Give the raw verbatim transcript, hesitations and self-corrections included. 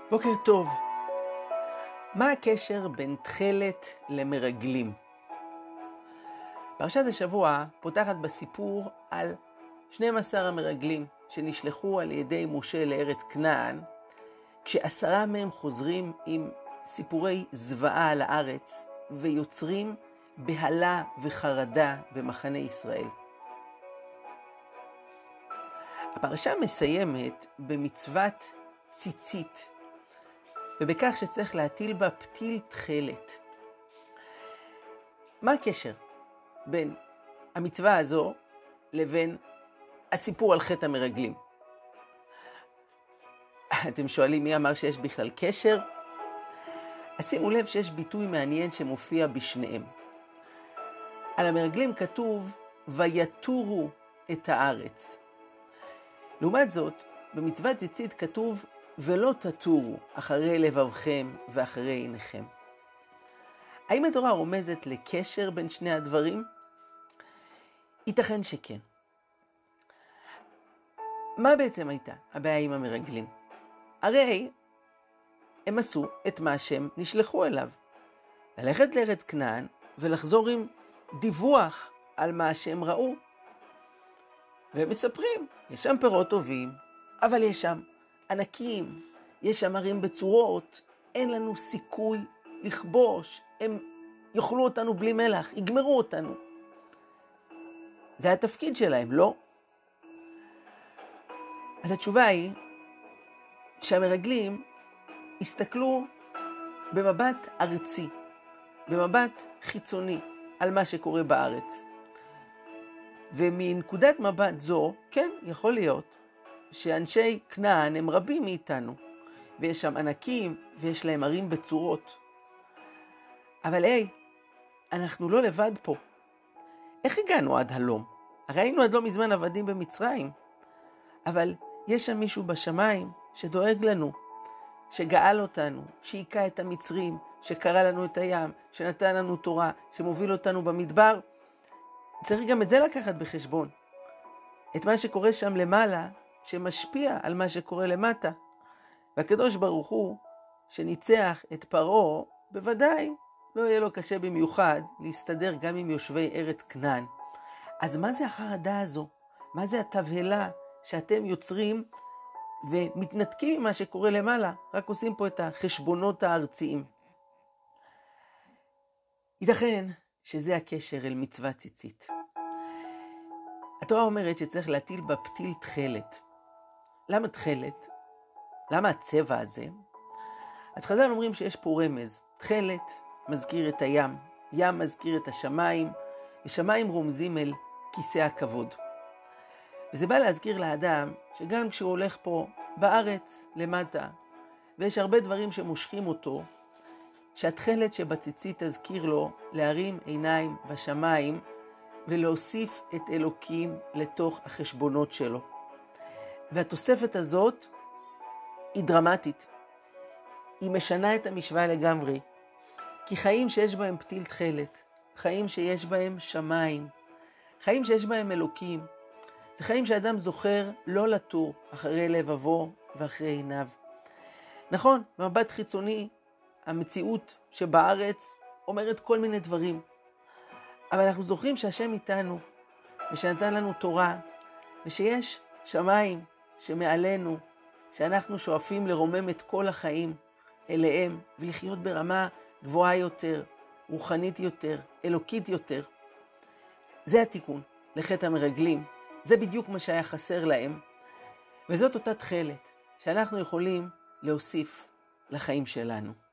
בוקר טוב. מה הקשר בין תכלת למרגלים? פרשת השבוע פותחת בסיפור על שנים עשר המרגלים שנשלחו על ידי משה לארץ כנען, כשעשרה מהם חוזרים עם סיפורי זוועה על הארץ ויוצרים בהלה וחרדה במחנה ישראל. הפרשה מסיימת במצוות ציצית, ובכך שצריך להטיל בה פתיל תכלת. מה הקשר בין המצווה הזו לבין הסיפור על חטא המרגלים? אתם שואלים מי אמר שיש בכלל קשר? אז שימו לב שיש ביטוי מעניין שמופיע בשניהם. על המרגלים כתוב ויתורו את הארץ. לעומת זאת, במצוות ציצית כתוב ולא תתורו אחרי לבבכם ואחרי עיניכם. האם התורה רומזת לקשר בין שני הדברים? ייתכן שכן. מה בעצם הייתה הבעיה עם המרגלים? הרי הם עשו את מה שהם נשלחו אליו. ללכת לארץ כנען ולחזור עם דיווח על מה שהם ראו. והם מספרים, יש שם פירות טובים, אבל יש שם ענקים, יש שם ערים בצורות, אין לנו סיכוי לכבוש, הם יאכלו אותנו בלי מלח, יגמרו אותנו. זה התפקיד שלהם, לא? אז התשובה היא שהמרגלים הסתכלו במבט ארצי, במבט חיצוני על מה שקורה בארץ. ומנקודת מבט זו, כן, יכול להיות שאנשי כנען הם רבים מאיתנו, ויש שם ענקים ויש להם ערים בצורות. אבל היי, אנחנו לא לבד פה. איך הגענו עד הלום? הרי היינו עד לא מזמן עבדים במצרים, אבל יש שם מישהו בשמיים שדואג לנו, שגאל אותנו, שהיכה את המצרים, שקרא לנו את הים, שנתן לנו תורה, שמוביל אותנו במדבר. צריך גם את זה לקחת בחשבון. את מה שקורה שם למעלה, שמשפיע על מה שקורה למטה. והקדוש ברוך הוא, שניצח את פרעה, בוודאי לא יהיה לו קשה במיוחד להסתדר גם עם יושבי ארץ כנען. אז מה זה החרדה הזו? מה זה התבהלה שאתם יוצרים ומתנתקים ממה שקורה למעלה? רק עושים פה את החשבונות הארציים. ייתכן שזה הקשר אל מצוות ציצית. התורה אומרת שצריך להטיל בה פתיל תכלת. למה תכלת? למה הצבע הזה? אז חז"ל אומרים שיש פה רמז. תכלת מזכיר את הים, ים מזכיר את השמיים, ושמיים רומזים אל כיסא הכבוד. וזה בא להזכיר לאדם שגם כשהוא הולך פה בארץ למטה, ויש הרבה דברים שמושכים אותו, שהתכלת שבציצית תזכיר לו להרים עיניים בשמיים ולהוסיף את אלוקים לתוך החשבונות שלו. והתוספת הזאת היא דרמטית. היא משנה את המשוואה לגמרי. כי חיים שיש בהם פתיל תכלת, חיים שיש בהם שמיים, חיים שיש בהם אלוקים, זה חיים שאדם זוכר לא לתור אחרי לבבו ואחרי עיניו. נכון, במבט חיצוני, המציאות שבארץ אומרת כל מיני דברים. אבל אנחנו זוכרים שהשם איתנו, ושנתן לנו תורה, ושיש שמיים שמעלינו, שאנחנו שואפים לרומם את כל החיים אליהם, ולחיות ברמה גבוהה יותר, רוחנית יותר, אלוקית יותר. זה התיקון לחטא המרגלים. זה בדיוק מה שהיה חסר להם. וזאת אותה תכלת שאנחנו יכולים להוסיף לחיים שלנו.